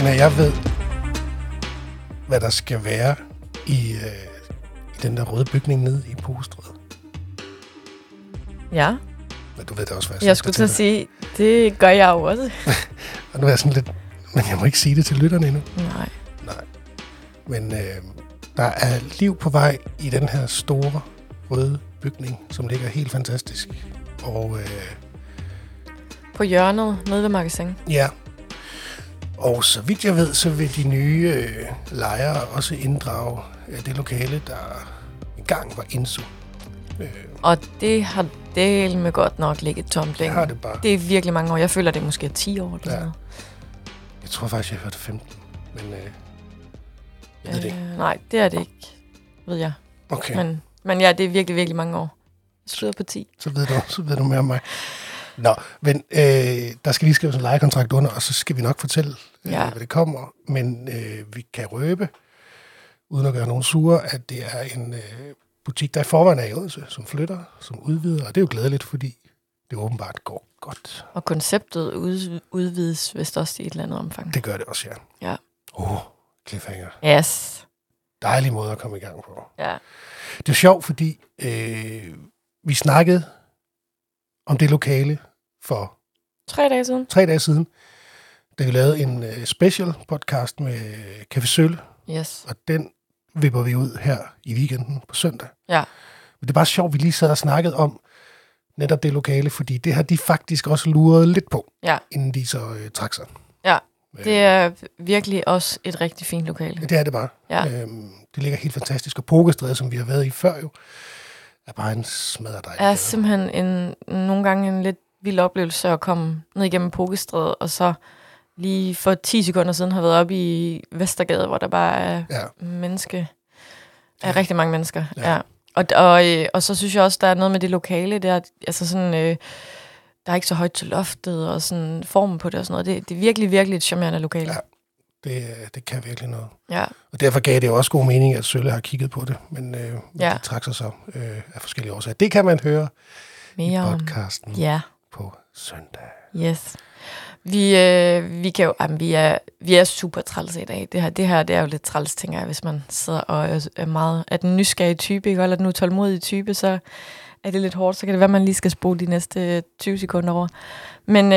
Lena, jeg ved, hvad der skal være i den der røde bygning nede i Pogestræde. Ja. Men du ved det også, hvad jeg skulle til at sige, det gør jeg jo også. Og nu er jeg sådan lidt, men jeg må ikke sige det til lytterne endnu. Nej. Men der er liv på vej i den her store røde bygning, som ligger helt fantastisk. Og på hjørnet nede ved Magasin. Ja. Og så vidt jeg ved, så vil de nye lejere også inddrage det lokale, der engang var Insu. Og det har del med godt nok ligget tomt længe. Det har det bare. Det er virkelig mange år. Jeg føler, det er måske 10 år. Eller noget. Jeg tror faktisk, jeg hørte 15. Men jeg ved det ikke. Nej, det er det ikke, ved jeg. Okay. Men ja, det er virkelig, virkelig mange år. Jeg slutter på 10. Så ved du mere om mig. Nå, men der skal lige skrives en lejekontrakt under, og så skal vi nok fortælle, hvad det kommer. Men vi kan røbe, uden at gøre nogen sure, at det er en butik, der i forvejen er i Odense, som flytter, som udvider. Og det er jo glædeligt, fordi det åbenbart går godt. Og konceptet udvides vist også i et eller andet omfang. Det gør det også, ja. Ja. Cliffhanger. Yes. Dejlig måde at komme i gang på. Ja. Det er sjovt, fordi vi snakkede om det lokale for 3 dage siden. Da vi lavede en special podcast med Café Sølle. Yes. Og den vipper vi ud her i weekenden på søndag. Ja. Men det er bare sjovt, vi lige sad og snakkede om netop det lokale, fordi det har de faktisk også luret lidt på, inden de så trak sig. Ja, det er virkelig også et rigtig fint lokale. Det er det bare. Ja. Det ligger helt fantastisk. Og Pogestræde, som vi har været i før jo, er bare en smadredejlig. Det er simpelthen nogle gange en lidt vild oplevelse at komme ned igennem Pogestræde, og så lige for 10 sekunder siden har været oppe i Vestergade, hvor der bare er rigtig mange mennesker. Ja. Og så synes jeg også, der er noget med det lokale, der altså sådan, der er ikke så højt til loftet, og sådan formen på det og sådan noget. Det er virkelig, virkelig et charmerende lokale. Ja, det kan virkelig noget. Ja. Og derfor gav det jo også god mening, at Sølle har kigget på det, men de trak sig så af forskellige årsager. Det kan man høre mere i podcasten på søndag. Yes. Vi kan jo, vi er super træls i dag. Det her det er jo lidt træls, tænker jeg, hvis man sidder og er meget af den nysgerrige type, ikke? Eller den utålmodige type, så er det lidt hårdt. Så kan det være, at man lige skal spole de næste 20 sekunder over. Men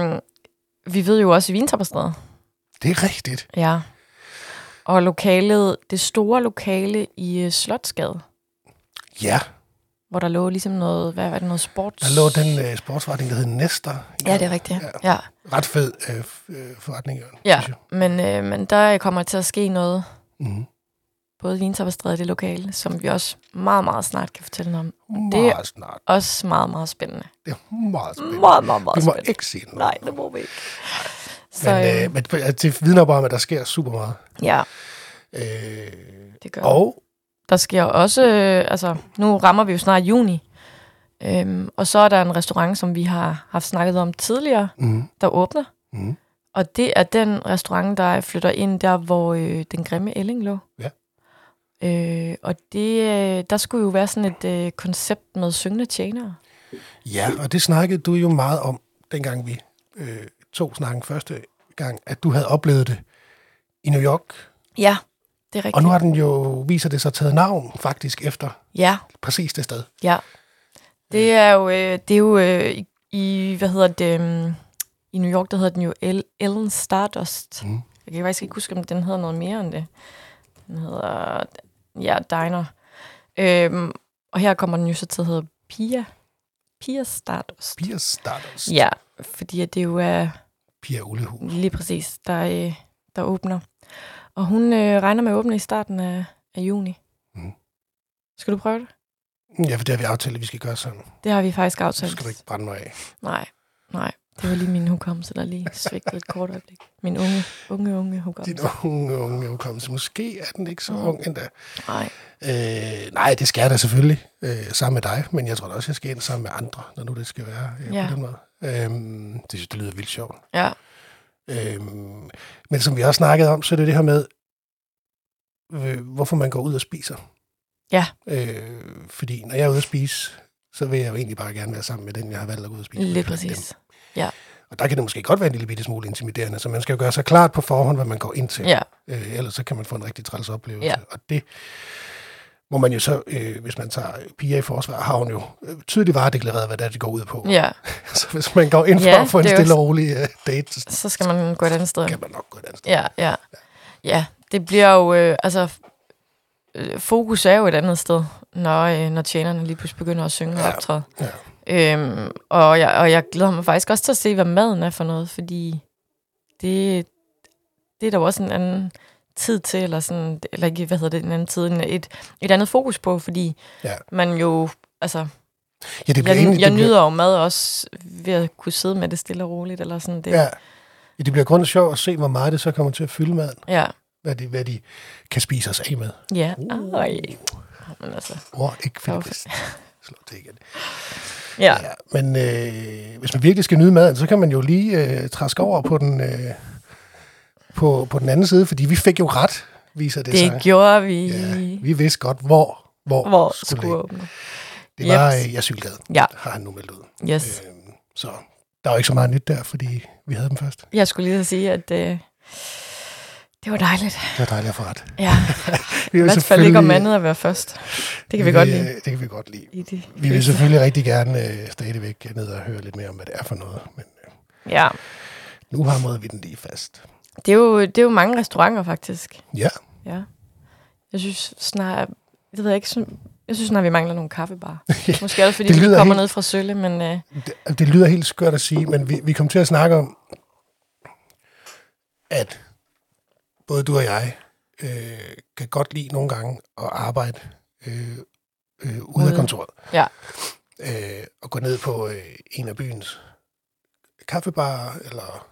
vi ved jo også i Vintapperstræde. Det er rigtigt. Ja. Og lokalet, det store lokale i Slotsgade. Ja. Hvor der lå ligesom noget, hvad var det, noget sports? Der lå den sportsforretning, der hed Nestor. Ja, det er rigtigt. Ja. Ret fed forretning. Ja, men der kommer til at ske noget. Mm-hmm. Både i Vintapperstræde og det lokale, som vi også meget, meget snart kan fortælle om. Det er også meget, meget spændende. Det er meget spændende. Meget, meget, meget vi må spændende. ikke sige noget. Nej, det må vi ikke. Men det vidner bare om, at der sker super meget. Ja, det gør og der sker også, nu rammer vi jo snart juni, og så er der en restaurant, som vi har haft snakket om tidligere, der åbner. Mm. Og det er den restaurant, der flytter ind der, hvor den grimme Elling lå. Ja. Og der skulle jo være sådan et koncept med syngende tjenere. Ja, og det snakkede du jo meget om, dengang vi tog snakken første gang, at du havde oplevet det i New York. Ja, det er rigtigt. Og nu har den jo, viser det sig, taget navn faktisk efter præcis det sted. Ja, det er jo i, i New York, der hedder den jo Ellen Stardust. Mm. Jeg kan faktisk ikke huske, om den hedder noget mere end det. Den hedder, Diner. Og her kommer den jo så til at hedde Pia Stardust. Pia Stardust. Ja, fordi det jo er Pia Ullehus. Lige præcis, der åbner. Og hun regner med at åbne i starten af juni. Mm. Skal du prøve det? Ja, for det har vi aftalt, at vi skal gøre sådan. Det har vi faktisk aftalt. Så skal du ikke brænde mig af. Nej. Det var lige min hukommelse, der lige svigtede et kort øjeblik. Min unge hukommelse. Din unge hukommelse. Måske er den ikke så ung endda. Nej. Nej, det skal jeg da selvfølgelig sammen med dig, men jeg tror da også, jeg skal ind sammen med andre, når nu det skal være på den måde. Det synes, det lyder vildt sjovt. Ja. Men som vi også snakkede om, så er det her med, hvorfor man går ud og spiser. Ja. Fordi når jeg er ude at spise, så vil jeg jo egentlig bare gerne være sammen med den, jeg har valgt at gå ud og spise. Lidt præcis. Ja. Og der kan det måske godt være en lille bitte smule intimiderende, så man skal jo gøre sig klart på forhånd, hvad man går ind til. Ja. Ellers så kan man få en rigtig træls oplevelse. Ja. Og det må man jo så, hvis man tager Pia i forsvar, har hun jo tydeligt varedeklareret, hvad det går ud på. Ja. Så hvis man går ind for at få en stille og rolig date, så skal man gå et andet sted. kan man nok gå et andet sted. Ja, det bliver jo, fokus er jo et andet sted, når tjenerne lige pludselig begynder at synge og optræde. Ja. Og jeg glæder mig faktisk også til at se, hvad maden er for noget, fordi det er der jo også en anden tid til, eller ikke, hvad hedder det, en anden tid, et andet fokus på, fordi man jo, altså, jeg nyder jo mad også ved at kunne sidde med det stille og roligt, eller sådan det. Ja, det bliver grundigt sjovt at se, hvor meget det så kommer til at fylde maden. Ja. Hvad de kan spise os af med. Ja, men altså. Ikke fedt. Slå det igen. Ja. Men hvis man virkelig skal nyde maden, så kan man jo lige traske over på den på den anden side, fordi vi fik jo ret, viser det sig. Det gjorde vi. Ja, vi vidste godt, hvor skulle åbne. Det var i Asylgade, har han nu meldt ud. Yes. Så der var ikke så meget nyt der, fordi vi havde dem først. Jeg skulle lige sige, at det var dejligt. Det var dejligt at få ret. Ja, i hvert fald ikke om andet at være først. Det kan vi godt lide. Det kan vi godt lide. Vi vil selvfølgelig rigtig gerne stadigvæk ned og høre lidt mere om, hvad det er for noget. Men nu hamrede vi den lige fast. Det er jo mange restauranter, faktisk. Ja. Jeg synes snart, vi mangler nogle kaffebarer. Måske er det, fordi vi kommer ned fra Sølle, men... Det lyder helt skørt at sige, men vi kom til at snakke om, at både du og jeg kan godt lide nogle gange at arbejde ude af kontoret. Ja. Og gå ned på en af byens kaffebarer eller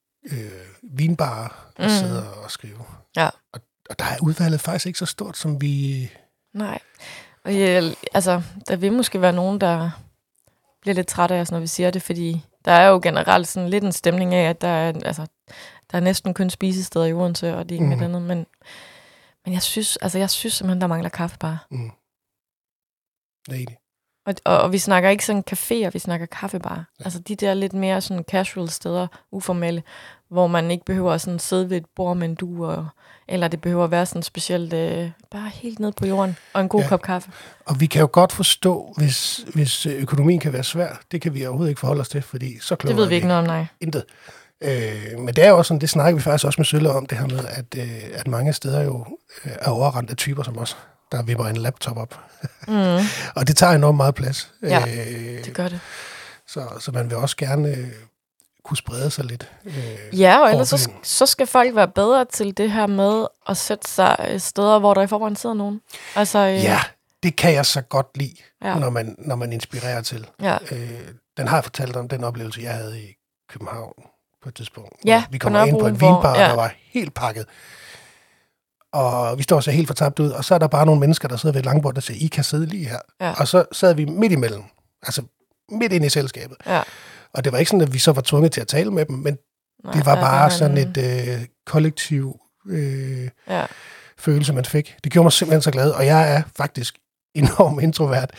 vinbarer og sidde og skrive. Ja. Og der er udvalget faktisk ikke så stort, som vi... Nej. Og der vil måske være nogen, der bliver lidt træt af os, når vi siger det, fordi der er jo generelt sådan lidt en stemning af, at der er næsten kun spisesteder i Odense, og det er ikke med andet, men jeg synes simpelthen, der mangler kaffebar. Det er egentlig. Og vi snakker ikke sådan caféer, vi snakker kaffebar. Ja. Altså de der lidt mere sådan casual steder, uformelle, hvor man ikke behøver at sådan sidde ved et bord med en due, eller det behøver at være sådan specielt bare helt ned på jorden, og en god kop kaffe. Og vi kan jo godt forstå, hvis økonomien kan være svær, det kan vi overhovedet ikke forholde os til, fordi så klogt. Det ved vi ikke noget om, nej. Intet. Men det er jo også sådan, det snakker vi faktisk også med Sølle om, det her med, at mange steder jo er overrendt af typer som os, der vipper en laptop op. Og det tager enormt meget plads. Ja, det gør det. Så man vil også gerne kunne sprede sig lidt. Og ellers så skal folk være bedre til det her med at sætte sig steder, hvor der i forvejen sidder nogen. Ja, det kan jeg så godt lide, når man inspirerer til. Ja. Den har jeg fortalt om den oplevelse, jeg havde i København på et tidspunkt. Ja, vi kommer ind på en vinbar, der var helt pakket. Og vi står så helt fortabt ud, og så er der bare nogle mennesker, der sidder ved et langbord, der siger, I kan sidde lige her. Ja. Og så sad vi midt imellem, altså midt inde i selskabet. Ja. Og det var ikke sådan, at vi så var tvunget til at tale med dem, men det var bare sådan et kollektiv følelse, man fik. Det gjorde mig simpelthen så glad, og jeg er faktisk enormt introvert.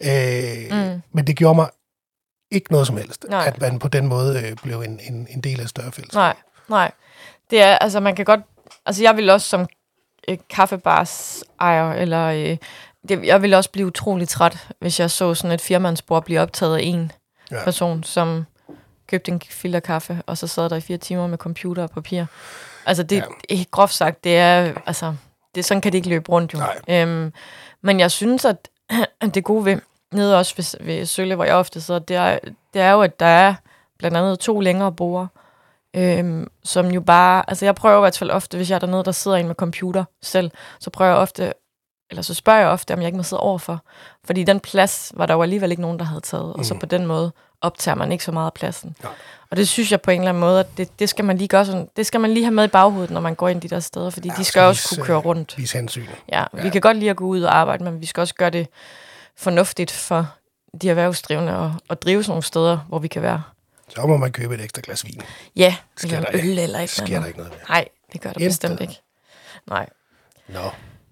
Men det gjorde mig ikke noget som helst, at man på den måde blev en del af et større fællesskab. Nej. Det er, altså man kan godt, altså jeg vil også som kaffebars ejer, eller jeg ville også blive utrolig træt, hvis jeg så sådan et firmandsbord blive optaget af en person, som købte en filter kaffe, og så sad der i 4 timer med computer og papir. Altså det er groft sagt, det er, altså, sådan kan det ikke løbe rundt jo. Men jeg synes, at det gode ved, nede også ved Sølle, hvor jeg ofte sidder, det er jo, at der er blandt andet 2 længere borde, som jo bare, altså jeg prøver i hvert fald ofte, hvis jeg er dernede, der sidder en med computer selv, så spørger jeg ofte, om jeg ikke må sidde overfor. Fordi den plads var der jo alligevel ikke nogen, der havde taget, og så på den måde optager man ikke så meget af pladsen. Ja. Og det synes jeg på en eller anden måde, at det skal man lige gøre sådan, det skal man lige have med i baghovedet, når man går ind de der steder, fordi de skal også kunne køre rundt. Vise hensyn. Ja, vi kan godt lide at gå ud og arbejde, men vi skal også gøre det fornuftigt for de erhvervsdrivende og drive sådan nogle steder, hvor vi kan være. Så må man købe et ekstra glas vin. Ja, eller øl eller et eller andet. Nej, det gør det bestemt ikke. Nej.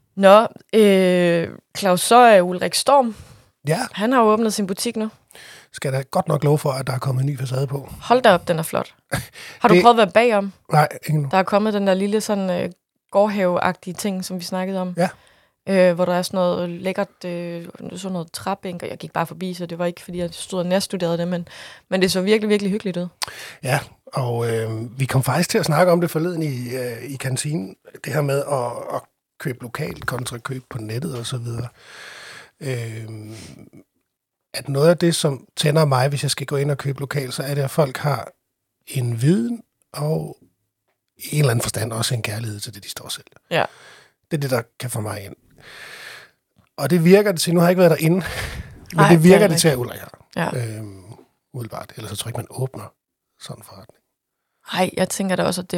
Claus, så er Ulrik Storm. Ja. Han har jo åbnet sin butik nu. skal der godt nok love for, at der er kommet en ny facade på. Hold da op, den er flot. Har du prøvet at være bagom? Nej, ikke nu. Der er kommet den der lille sådan gårdhave-agtige ting, som vi snakkede om. Ja. Hvor der er sådan noget lækkert, sådan noget træbænk, og jeg gik bare forbi, så det var ikke, fordi jeg stod og nærstuderede det, men det så virkelig, virkelig hyggeligt ud. Ja, og vi kom faktisk til at snakke om det forleden i kantinen, det her med at købe lokalt kontra købe på nettet og så videre. At noget af det, som tænder mig, hvis jeg skal gå ind og købe lokalt, så er det, at folk har en viden og i en eller anden forstand også en kærlighed til det, de står selv. Ja. Det er det, der kan få mig ind. Og det virker det til, nu har jeg ikke været derinde, men Ej, det virker det til, at Ulrik har. Ja. Udebart. Ellers så tror jeg ikke, man åbner sådan en forretning. Nej, jeg tænker da også, at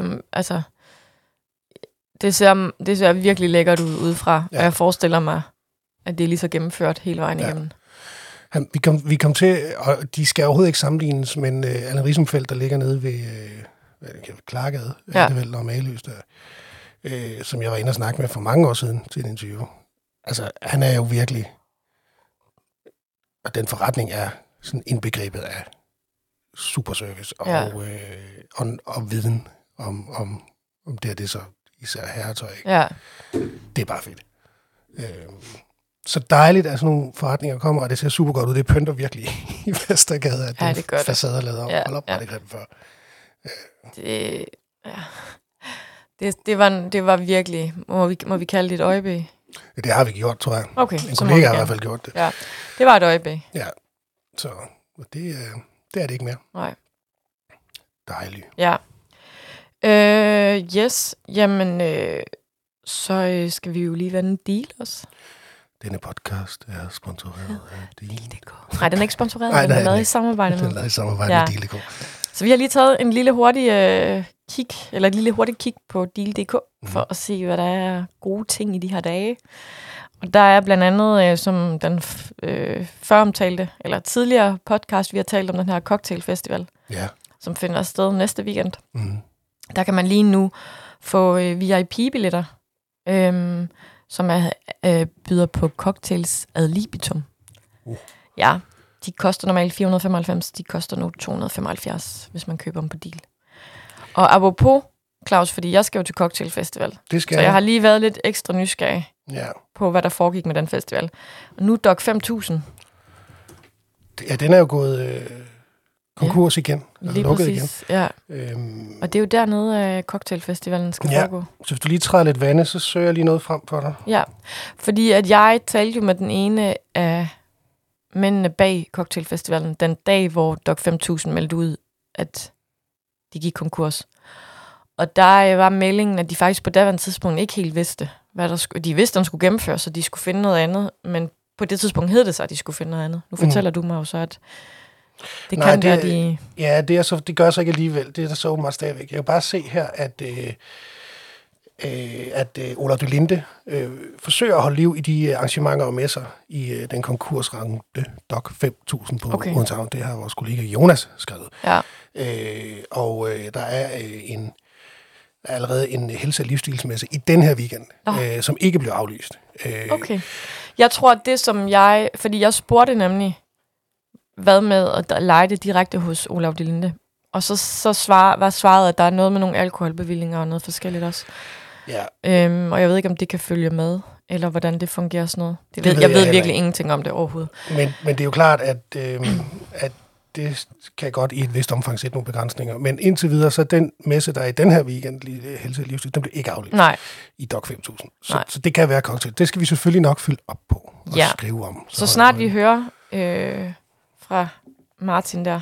det ser virkelig lækkert ud udefra, og jeg forestiller mig, at det er lige så gennemført hele vejen igennem. Vi kom til, og de skal overhovedet ikke sammenlignes, men Allan Risenfeldt, der ligger nede ved Klargade, det er vel Normaløs, som jeg var inde og snakke med for mange år siden til en interview. Altså, han er jo virkelig, og den forretning er sådan indbegrebet af superservice og viden om det er så især herretøj. Ja. Det er bare fedt. Så dejligt, at sådan nogle forretninger kommer, og det ser super godt ud. Det pynter virkelig i Vestergade, at det facader lavet op. Hold op, det grimt før. Det var virkelig, må vi kalde det et øjeblik? Det har vi gjort, tror jeg. Okay, en kollega har i hvert fald gjort det. Ja, det var et øjeblik. Ja, så det er det ikke mere. Nej. Dejligt. Ja. Yes, jamen, så skal vi jo lige vende en deal også. Denne podcast er sponsoreret af Deal.dk. Nej, den er ikke sponsoreret, den er lavet i samarbejde med. Den er lavet i samarbejde med Deal.dk. Så vi har lige taget en lille hurtig kig på Deal.dk for at se, hvad der er gode ting i de her dage. Og der er blandt andet, som den før omtalte, eller tidligere podcast, vi har talt om den her cocktailfestival, som finder sted næste weekend. Der kan man lige nu få VIP-billetter, som byder på cocktails ad libitum. Ja, de koster normalt 495, de koster nu 275, hvis man køber dem på Deal. Og apropos, Claus, fordi jeg skal jo til cocktailfestival, så jeg har lige været lidt ekstra nysgerrig på, hvad der foregik med den festival. Og nu Dog 5000. Ja, den er jo gået konkurs igen. Lige præcis, igen. Ja. Og det er jo dernede, cocktailfestivalen skal foregå. Så hvis du lige træder lidt vande, så søger jeg lige noget frem for dig. Ja, fordi at jeg talte jo med den ene af mændene bag cocktailfestivalen, den dag, hvor Dog 5000 meldte ud, at de gik konkurs. Og der var meldingen, at de faktisk på daværende tidspunkt ikke helt vidste, hvad der skulle. De vidste, at de skulle gennemføres, så de skulle finde noget andet, men på det tidspunkt hed det sig, at de skulle finde noget andet. Nu fortæller du mig jo så, at det kan være, de... Ja, det gør så ikke alligevel. Det er der så åbenbart stadigvæk. Jeg kan bare se her, at Ola Dølinde forsøger at holde liv i de arrangementer og messer i den konkursramte Dog 5000 på Odense. Det har vores kollega Jonas skrevet. Ja. Der er allerede en helse- og livsstilsmesse i den her weekend, som ikke blev aflyst. Okay. Jeg tror, at det som fordi jeg spurgte nemlig, hvad med at lege det direkte hos Olav Delinde. Og så var svaret, at der er noget med nogle alkoholbevillinger og noget forskelligt også. Ja. Og jeg ved ikke, om det kan følge med, eller hvordan det fungerer sådan noget. Jeg ved virkelig ingenting om det overhovedet. Men det er jo klart, at det kan godt i et vist omfang sætte nogle begrænsninger. Men indtil videre, så den messe, der er i den her weekend, helse- og livsstil, den bliver ikke aflyst i Dog 5000. Så det kan være cocktail. Det skal vi selvfølgelig nok fylde op på og skrive om. Så snart vi hører fra Martin der,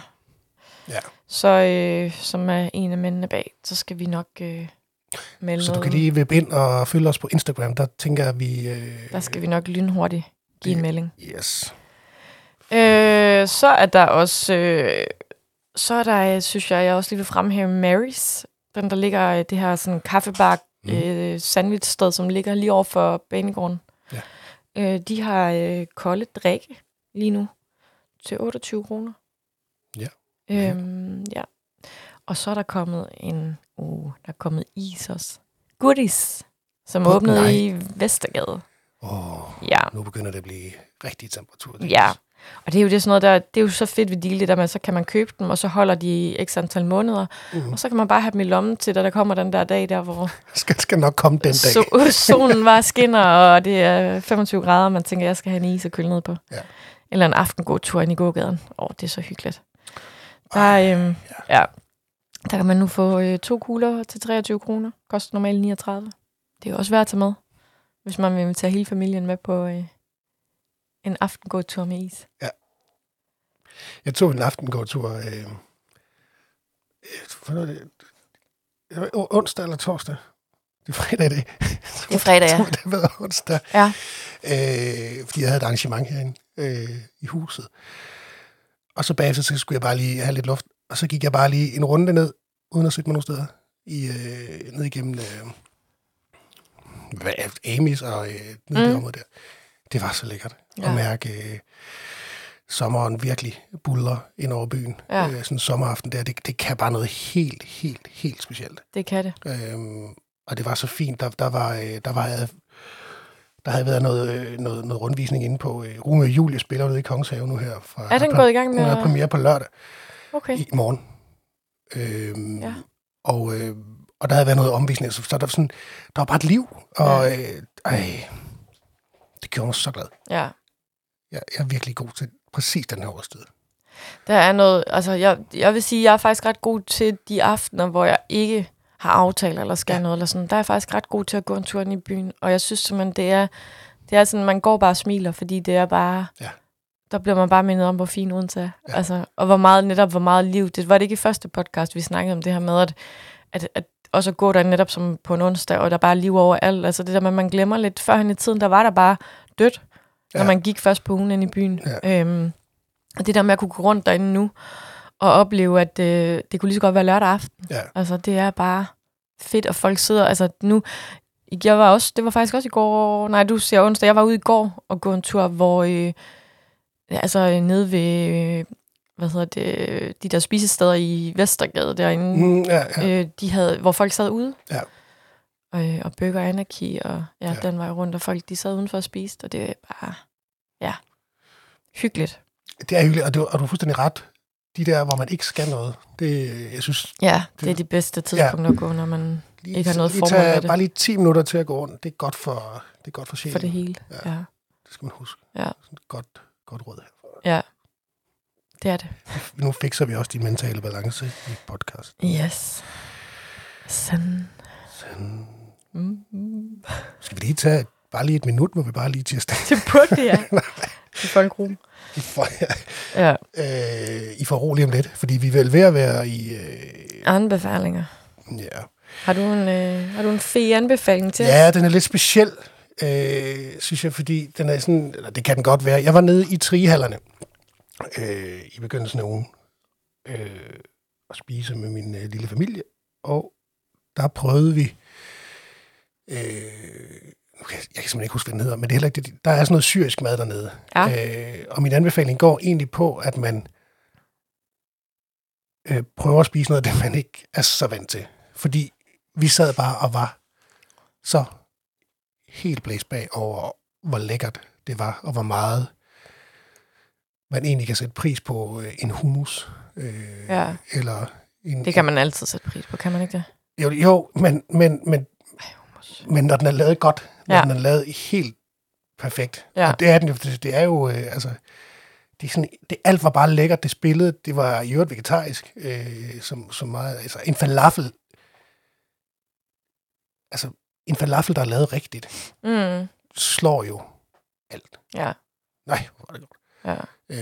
så som er en af mændene bag, så skal vi nok melde så noget. Du kan lige vippe ind og følge os på Instagram. Der tænker jeg, vi... der skal vi nok lynhurtigt give en melding. Yes. Så er der også, synes jeg også lige vil fremhæve Mary's. Den, der ligger det her sådan kaffebar sandwichsted, som ligger lige over for banegården. Ja. De har kolde drikke lige nu til 28 kroner. Ja. Ja. Og så er der kommet der er kommet is også. Goodies, som åbnede i Vestergade. Nu begynder det at blive rigtig temperatur. Ja, Og det er jo det sådan noget der, det er jo så fedt ved deal, det der med, så kan man købe dem, og så holder de i x antal måneder, og så kan man bare have dem i lommen til, da der kommer den der dag der, hvor... skal nok komme den dag. Solen bare skinner, og det er 25 grader, man tænker, jeg skal have en is at køle ned på. Ja. Eller en aftengåtur ind i gågaden. Det er så hyggeligt. Der kan man nu få 2 kugler til 23 kroner. Koster normalt 39. Det er jo også værd at tage med, hvis man vil tage hele familien med på en aftengåtur med is. Ja. Jeg tog en aftengåtur onsdag eller torsdag. Det er fredag i dag. Det er fredag, ja. Det var onsdag. Ja. Fordi jeg havde et arrangement herinde i huset. Og så bagefter så skulle jeg bare lige have lidt luft. Og så gik jeg bare lige en runde ned, uden at sætte mig nogle steder. Ned igennem Amis og ned det område der. Det var så lækkert at mærke sommeren virkelig buldrer ind over byen. Sådan en sommeraften der, det kan bare noget helt specielt. Det kan det. Og det var så fint. Der havde været noget rundvisning inde på Rune og Julie spiller ude i Kongenshave nu her. Er den gået i gang med? Hun er premiere på lørdag. Okay. I morgen. Og der havde været noget omvisning, så der var bare et liv, og det gjorde mig så glad. Ja. Jeg er virkelig god til præcis den her årstid. Der er noget, altså jeg vil sige, jeg er faktisk ret god til de aftener, hvor jeg ikke har aftaler eller skal noget eller sådan. Der er jeg faktisk ret god til at gå en tur ind i byen, og jeg synes simpelthen, det er sådan, man går bare og smiler, fordi det er bare... Ja. Der bliver man bare mindet om, hvor fin Odense er. Ja. Altså, og hvor meget liv. Det var det ikke i første podcast, vi snakkede om det her med, at også at gå der netop som på en onsdag, og der bare er liv overalt. Altså det der med, man glemmer lidt. Førhen i tiden, der var der bare dødt, når man gik først på ugen ind i byen. Ja. Og det der med at kunne gå rundt derinde nu, og opleve, at det kunne lige så godt være lørdag aften. Ja. Altså det er bare fedt, og folk sidder... Altså nu... det var faktisk også i går... Nej, du siger onsdag. Jeg var ude i går og gå en tur, hvor... nede ved, de der spisesteder i Vestergade derinde, de havde, hvor folk sad ude, og Burger Anarchy, og den vej rundt, og folk, de sad udenfor og spiste, og det er bare, hyggeligt. Det er hyggeligt, og du har fuldstændig ret. De der, hvor man ikke skal noget, jeg synes... Ja, det er de bedste tidspunkter at gå, når man ikke har noget formål med det. Bare lige 10 minutter til at gå rundt, det er godt for sjælen. For det hele, ja. Det skal man huske. Ja. Sådan godt råd herfra. Ja, det er det. Nu fikser vi også din mentale balance i podcast. Yes. Sådan. Skal vi lige tage bare lige et minut, hvor vi bare lige til at starte? Det burde det, ja. I folkegruppen. I får roligt om lidt, fordi vi er vel ved at være i... Anbefalinger. Ja. Har du en fed anbefaling til os? Ja, den er lidt speciel, synes jeg, fordi den er sådan... Eller det kan den godt være. Jeg var nede i Trihallerne i begyndelsen af ugen og spise med min lille familie, og der prøvede vi... jeg kan simpelthen ikke huske, hvad den hedder, men det er heller ikke det. Der er sådan noget syrisk mad dernede. Ja. Og min anbefaling går egentlig på, at man prøver at spise noget af det, man ikke er så vant til. Fordi vi sad bare og var så helt blæst bag over, hvor lækkert det var, og hvor meget man egentlig kan sætte pris på en hummus. Eller det kan man altid sætte pris på, kan man ikke det? Jo, men når den er lavet godt, når den er lavet helt perfekt, og det er den jo, det er jo, det er sådan, alt var bare lækkert, det spillede, det var i øvrigt vegetarisk, som meget, altså en falafel, der er lavet rigtigt, slår jo alt. Ja. Nej, hvor var det godt. Ja.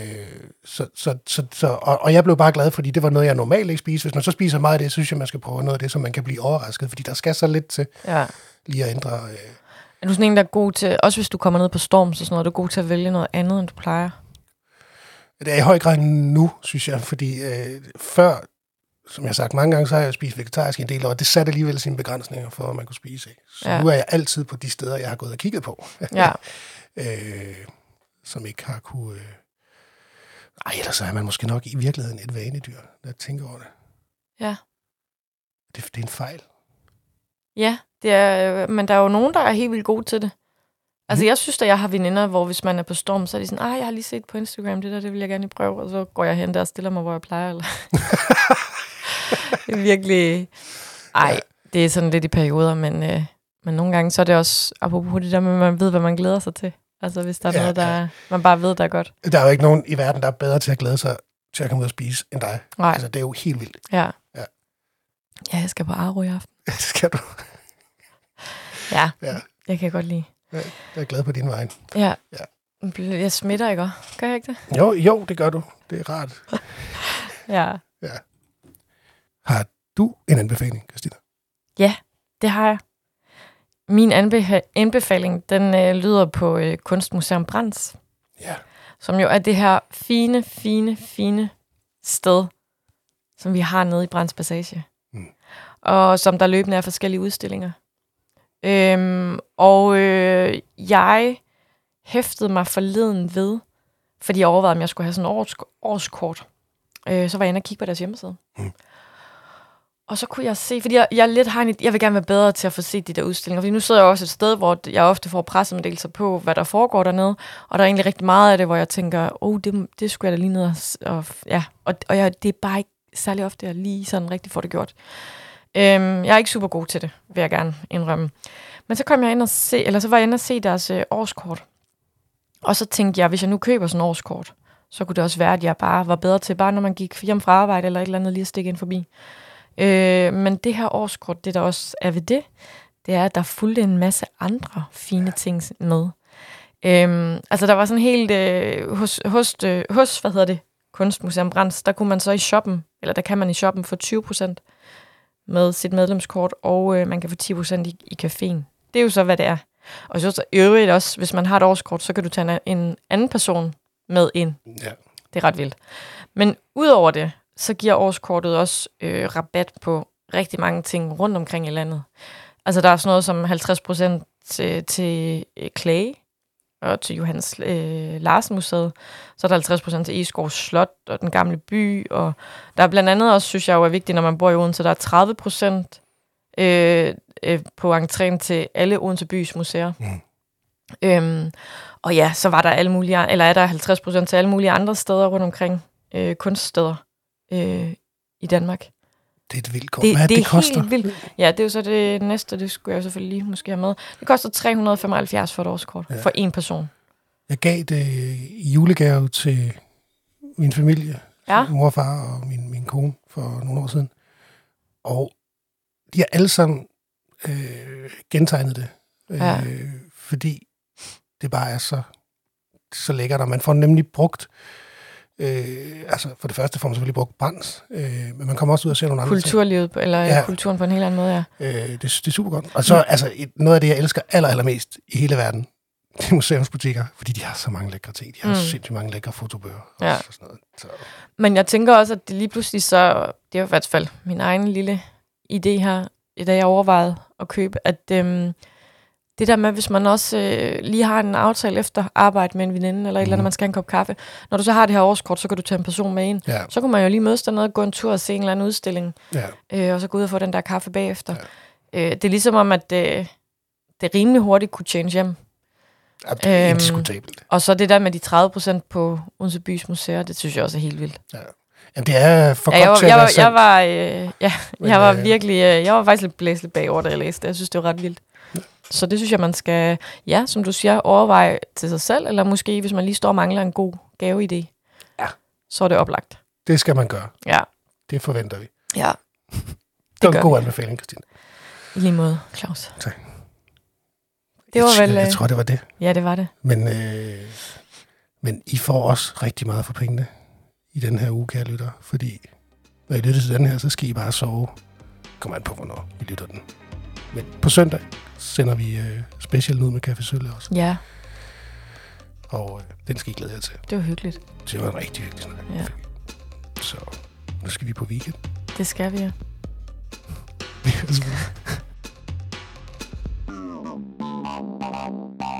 Og jeg blev bare glad, fordi det var noget, jeg normalt ikke spiser. Hvis man så spiser meget af det, så synes jeg, man skal prøve noget af det, så man kan blive overrasket, fordi der skal så lidt til lige at ændre. Er du sådan en, der er god til, også hvis du kommer ned på Storm, så sådan noget, er du god til at vælge noget andet, end du plejer? Det er i høj grad nu, synes jeg, fordi før, som jeg har sagt mange gange, så har jeg spist vegetarisk en del år, og det satte alligevel sine begrænsninger for, at man kunne spise. Ikke? Så nu er jeg altid på de steder, jeg har gået og kigget på. Ja. Som ikke har kunne... ellers er man måske nok i virkeligheden et vanedyr, når jeg tænker over det. Ja. Det er en fejl. Ja, det er, men der er jo nogen, der er helt vildt gode til det. Altså, jeg synes, at jeg har veninder, hvor hvis man er på Storm, så er de sådan, jeg har lige set på Instagram, det vil jeg gerne prøve, og så går jeg hen der og stiller mig, hvor jeg plejer. Eller. Det er virkelig... det er sådan lidt i perioder, men nogle gange, så er det også, apropos det der med, at man ved, hvad man glæder sig til. Altså, hvis der er noget, der man bare ved, der er godt. Der er jo ikke nogen i verden, der er bedre til at glæde sig til at komme ud og spise, end dig. Nej. Altså, det er jo helt vildt. Ja, jeg skal på Aro i aften. Det skal du. Ja, det kan jeg godt lide. Ja, jeg er glad på din vej. Ja. Jeg smitter, ikke? Gør jeg ikke det? Jo, det gør du. Det er rart. Ja. Har du en anbefaling, Christina? Ja, det har jeg. Min anbefaling, den lyder på Kunstmuseum Brands. Ja. Som jo er det her fine sted, som vi har nede i Brands Passage. Og som der løbende er forskellige udstillinger. Jeg hæftede mig forleden ved, fordi jeg overvejede, om jeg skulle have sådan en årskort. Så var jeg inde og kigge på deres hjemmeside. Og så kunne jeg se, fordi jeg lidt har jeg vil gerne være bedre til at få set de der udstillinger, fordi nu sidder jeg også et sted, hvor jeg ofte får pressemeddelelser på, hvad der foregår dernede, og der er egentlig rigtig meget af det, hvor jeg tænker, det skulle jeg da lige ned og det er bare ikke særlig ofte, jeg lige sådan rigtig får det gjort. Jeg er ikke super god til det, vil jeg gerne indrømme. Men så kom jeg ind og så var jeg inde og se deres årskort. Og så tænkte jeg, hvis jeg nu køber sådan en årskort, så kunne det også være, at jeg bare var bedre til, bare når man gik hjem fra arbejde eller et eller andet, lige at stikke ind forbi. Men det her årskort, det der også er ved det er, at der fulgte en masse andre fine ting med. Altså der var sådan helt hos Kunstmuseum Brands, der kunne man så i shoppen, eller der kan man i shoppen få 20% med sit medlemskort, og man kan få 10% i caféen. Det er jo så, hvad det er. Og så øvrigt også, hvis man har et årskort, så kan du tage en anden person med ind. Ja. Det er ret vildt. Men udover det, så giver årskortet også rabat på rigtig mange ting rundt omkring i landet. Altså der er sådan noget som 50% til Clay og til Johannes Larsen Museet. Så er der 50% til Egeskov Slot og Den Gamle By. Og der er blandt andet også, synes jeg jo er vigtigt, når man bor i Odense, der er 30% på entréen til alle Odense Bys museer. Og ja, så var der er der 50% til alle mulige andre steder rundt omkring, kunststeder i Danmark. Det er et vildt kort. Hvad det koster? Helt vildt. Ja, det er jo så det næste, det skulle jeg selvfølgelig lige måske have med. Det koster 375 for et årskort for en person. Jeg gav det i julegave til min familie, mor og far og min kone for nogle år siden. Og de har alle sammen gentegnet det. Fordi det bare er så lækkert, og man får nemlig brugt altså for det første får man selvfølgelig brugt Brands, men man kommer også ud og ser nogle andre kulturlivet, ting. Eller kulturen på en helt anden måde, det er super godt. Og så noget af det, jeg elsker allermest i hele verden, det er museumsbutikker, fordi de har så mange lækre ting. De har sindssygt mange lækre fotobøger. Og sådan noget. Så. Men jeg tænker også, at det lige pludselig så, det er jo i hvert fald min egen lille idé her, da jeg overvejede at købe, at det der med, hvis man også lige har en aftale efter arbejde med en veninde, eller et eller andet, man skal have en kop kaffe. Når du så har det her årskort, så kan du tage en person med ind. Ja. Så kan man jo lige mødes dernede, gå en tur og se en eller anden udstilling. Ja. Og så gå ud og få den der kaffe bagefter. Ja. Det er ligesom om, at det rimelig hurtigt kunne change hjem. Ja, det er indiskutabelt. Og så det der med de 30% på Odense Bys museer, det synes jeg også er helt vildt. Ja. Jamen, det er for godt til at være sandt. Jeg var faktisk lidt blæst bagover, da jeg læste. Jeg synes, det var ret vildt. Så det synes jeg, man skal, som du siger, overveje til sig selv, eller måske, hvis man lige står og mangler en god gaveidé, så er det oplagt. Det skal man gøre. Ja. Det forventer vi. Ja. Det var en god anbefaling, Christine. I lige måde, Claus. Tak. Det var vel... Jeg tror, det var det. Ja, det var det. Men I får også rigtig meget for pengene i den her uge, kære lytter, fordi når I lytter til den her, så skal I bare sove. Kommer an på, hvornår I lytter den. Men på søndag sender vi special ud med Café Sølle også. Ja. Og den skal I glæde jer til. Det var hyggeligt. Det var en rigtig hyggelig snak. Ja. Så nu skal vi på weekend. Det skal vi, ja. Vi høres.